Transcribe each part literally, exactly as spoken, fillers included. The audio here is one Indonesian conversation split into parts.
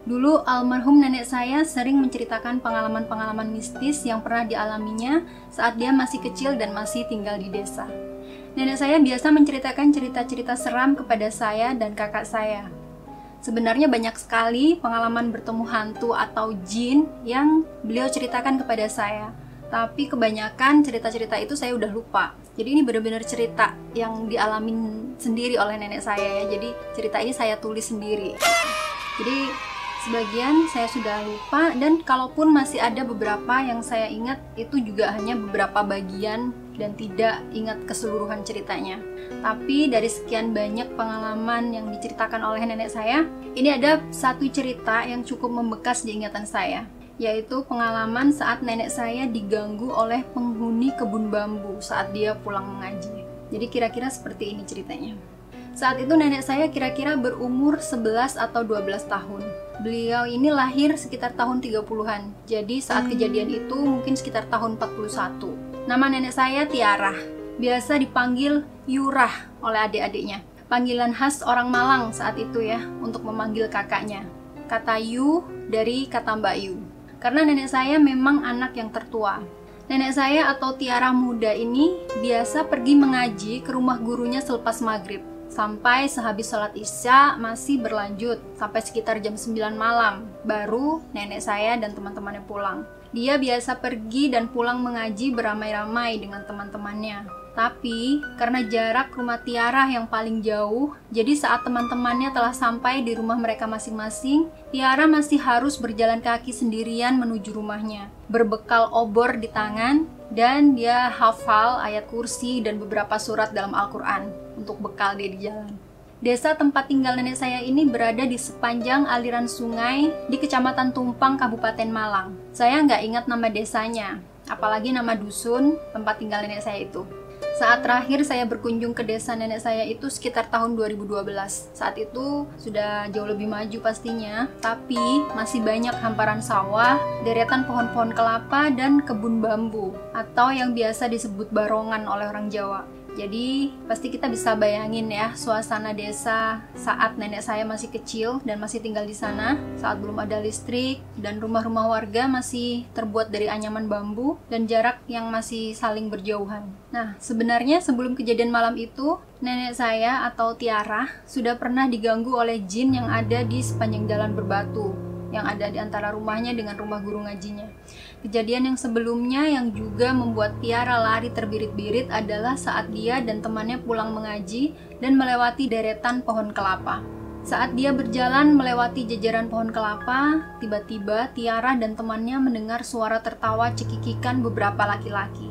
Dulu almarhum nenek saya sering menceritakan pengalaman-pengalaman mistis yang pernah dialaminya saat dia masih kecil dan masih tinggal di desa. Nenek saya biasa menceritakan cerita-cerita seram kepada saya dan kakak saya. Sebenarnya banyak sekali pengalaman bertemu hantu atau jin yang beliau ceritakan kepada saya. Tapi kebanyakan cerita-cerita itu saya udah lupa. Jadi ini benar-benar cerita yang dialamin sendiri oleh nenek saya ya. Jadi cerita ini saya tulis sendiri. Jadi sebagian saya sudah lupa, dan kalaupun masih ada beberapa yang saya ingat, itu juga hanya beberapa bagian dan tidak ingat keseluruhan ceritanya. Tapi dari sekian banyak pengalaman yang diceritakan oleh nenek saya, ini ada satu cerita yang cukup membekas di ingatan saya, yaitu pengalaman saat nenek saya diganggu oleh penghuni kebun bambu saat dia pulang mengaji. Jadi kira-kira seperti ini ceritanya. Saat itu nenek saya kira-kira berumur sebelas atau dua belas tahun. Beliau ini lahir sekitar tahun tiga puluhan. Jadi saat kejadian itu mungkin sekitar tahun empat puluh satu. Nama nenek saya Tiara. Biasa dipanggil Yurah oleh adik-adiknya. Panggilan khas orang Malang saat itu ya, untuk memanggil kakaknya. Kata Yu dari kata Mbak Yu. Karena nenek saya memang anak yang tertua. Nenek saya atau Tiara muda ini biasa pergi mengaji ke rumah gurunya selepas maghrib. Sampai sehabis sholat isya masih berlanjut sampai sekitar jam sembilan malam. Baru nenek saya dan teman-temannya pulang. Dia biasa pergi dan pulang mengaji beramai-ramai dengan teman-temannya. Tapi karena jarak rumah Tiara yang paling jauh, jadi saat teman-temannya telah sampai di rumah mereka masing-masing, Tiara masih harus berjalan kaki sendirian menuju rumahnya, berbekal obor di tangan, dan dia hafal ayat kursi dan beberapa surat dalam Al-Quran untuk bekal dia di jalan. Desa tempat tinggal nenek saya ini berada di sepanjang aliran sungai di Kecamatan Tumpang, Kabupaten Malang. Saya nggak ingat nama desanya, apalagi nama dusun tempat tinggal nenek saya itu. Saat terakhir saya berkunjung ke desa nenek saya itu sekitar tahun dua ribu dua belas. Saat itu sudah jauh lebih maju pastinya, tapi masih banyak hamparan sawah, deretan pohon-pohon kelapa, dan kebun bambu, atau yang biasa disebut barongan oleh orang Jawa. Jadi pasti kita bisa bayangin ya suasana desa saat nenek saya masih kecil dan masih tinggal di sana, saat belum ada listrik dan rumah-rumah warga masih terbuat dari anyaman bambu dan jarak yang masih saling berjauhan. Nah, sebenarnya sebelum kejadian malam itu, nenek saya atau Tiara sudah pernah diganggu oleh jin yang ada di sepanjang jalan berbatu yang ada di antara rumahnya dengan rumah guru ngajinya. Kejadian yang sebelumnya yang juga membuat Tiara lari terbirit-birit adalah saat dia dan temannya pulang mengaji dan melewati deretan pohon kelapa. Saat dia berjalan melewati jajaran pohon kelapa, tiba-tiba Tiara dan temannya mendengar suara tertawa cekikikan beberapa laki-laki.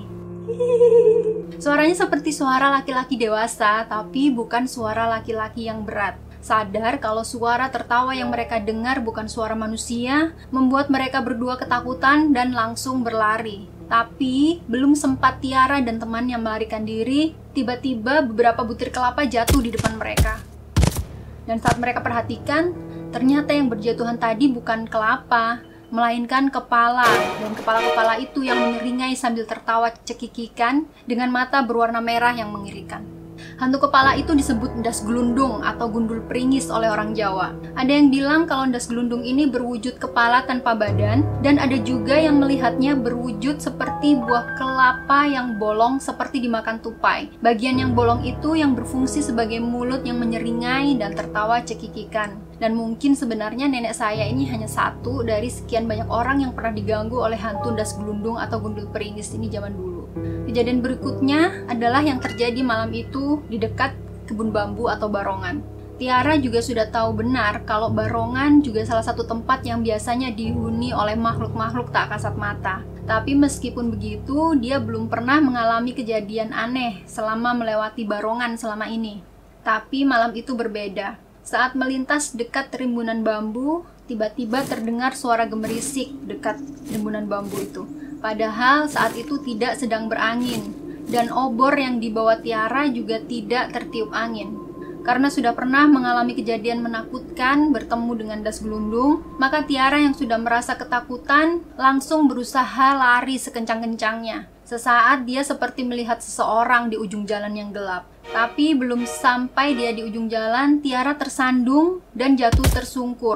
Suaranya seperti suara laki-laki dewasa, tapi bukan suara laki-laki yang berat. Sadar kalau suara tertawa yang mereka dengar bukan suara manusia, membuat mereka berdua ketakutan dan langsung berlari. Tapi belum sempat Tiara dan temannya melarikan diri, tiba-tiba beberapa butir kelapa jatuh di depan mereka. Dan saat mereka perhatikan, ternyata yang berjatuhan tadi bukan kelapa, melainkan kepala, dan kepala-kepala itu yang menyeringai sambil tertawa cekikikan dengan mata berwarna merah yang mengerikan. Hantu kepala itu disebut ndas gelundung atau gundul pringis oleh orang Jawa. Ada yang bilang kalau ndas gelundung ini berwujud kepala tanpa badan, dan ada juga yang melihatnya berwujud seperti buah kelapa yang bolong seperti dimakan tupai. Bagian yang bolong itu yang berfungsi sebagai mulut yang menyeringai dan tertawa cekikikan. Dan mungkin sebenarnya nenek saya ini hanya satu dari sekian banyak orang yang pernah diganggu oleh hantu ndas gelundung atau gundul pringis ini zaman dulu. Kejadian berikutnya adalah yang terjadi malam itu di dekat kebun bambu atau barongan. Tiara juga sudah tahu benar kalau barongan juga salah satu tempat yang biasanya dihuni oleh makhluk-makhluk tak kasat mata. Tapi meskipun begitu, dia belum pernah mengalami kejadian aneh selama melewati barongan selama ini. Tapi malam itu berbeda. Saat melintas dekat rimbunan bambu, tiba-tiba terdengar suara gemerisik dekat rimbunan bambu itu. Padahal saat itu tidak sedang berangin, dan obor yang dibawa Tiara juga tidak tertiup angin. Karena sudah pernah mengalami kejadian menakutkan bertemu dengan ndas gelundung, maka Tiara yang sudah merasa ketakutan langsung berusaha lari sekencang-kencangnya. Sesaat dia seperti melihat seseorang di ujung jalan yang gelap. Tapi belum sampai dia di ujung jalan, Tiara tersandung dan jatuh tersungkur.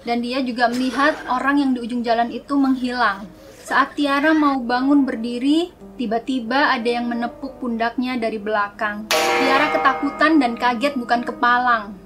Dan dia juga melihat orang yang di ujung jalan itu menghilang. Saat Tiara mau bangun berdiri, tiba-tiba ada yang menepuk pundaknya dari belakang. Tiara ketakutan dan kaget bukan kepalang.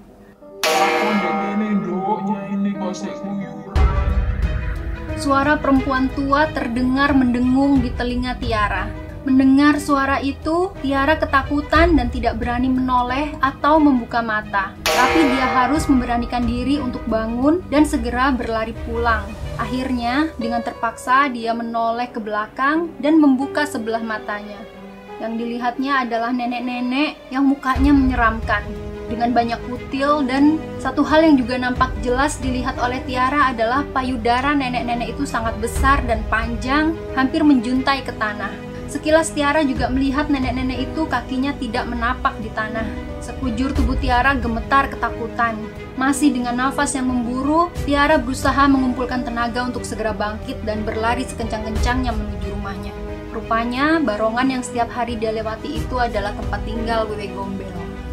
Suara perempuan tua terdengar mendengung di telinga Tiara. Mendengar suara itu, Tiara ketakutan dan tidak berani menoleh atau membuka mata. Tapi dia harus memberanikan diri untuk bangun dan segera berlari pulang. Akhirnya, dengan terpaksa dia menoleh ke belakang dan membuka sebelah matanya. Yang dilihatnya adalah nenek-nenek yang mukanya menyeramkan, dengan banyak kutil, dan satu hal yang juga nampak jelas dilihat oleh Tiara adalah payudara nenek-nenek itu sangat besar dan panjang, hampir menjuntai ke tanah. Sekilas Tiara juga melihat nenek-nenek itu kakinya tidak menapak di tanah. Sekujur tubuh Tiara gemetar ketakutan. Masih dengan nafas yang memburu, Tiara berusaha mengumpulkan tenaga untuk segera bangkit dan berlari sekencang-kencangnya menuju rumahnya. Rupanya, barongan yang setiap hari dia lewati itu adalah tempat tinggal Wewe Gombel.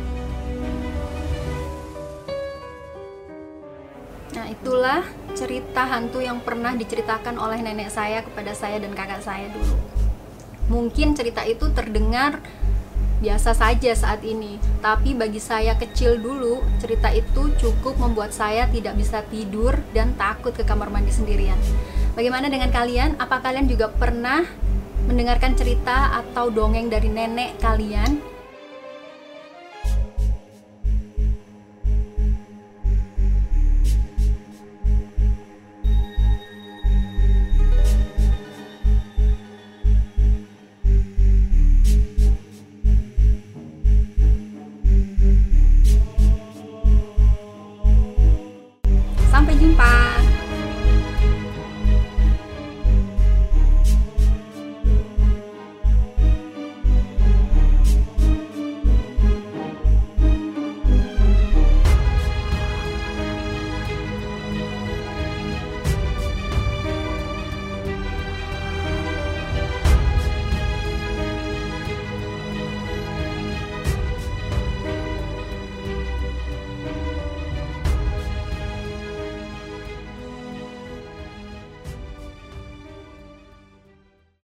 Nah, itulah cerita hantu yang pernah diceritakan oleh nenek saya kepada saya dan kakak saya dulu. Mungkin cerita itu terdengar biasa saja saat ini, tapi bagi saya kecil dulu, cerita itu cukup membuat saya tidak bisa tidur dan takut ke kamar mandi sendirian. Bagaimana dengan kalian? Apa kalian juga pernah mendengarkan cerita atau dongeng dari nenek kalian?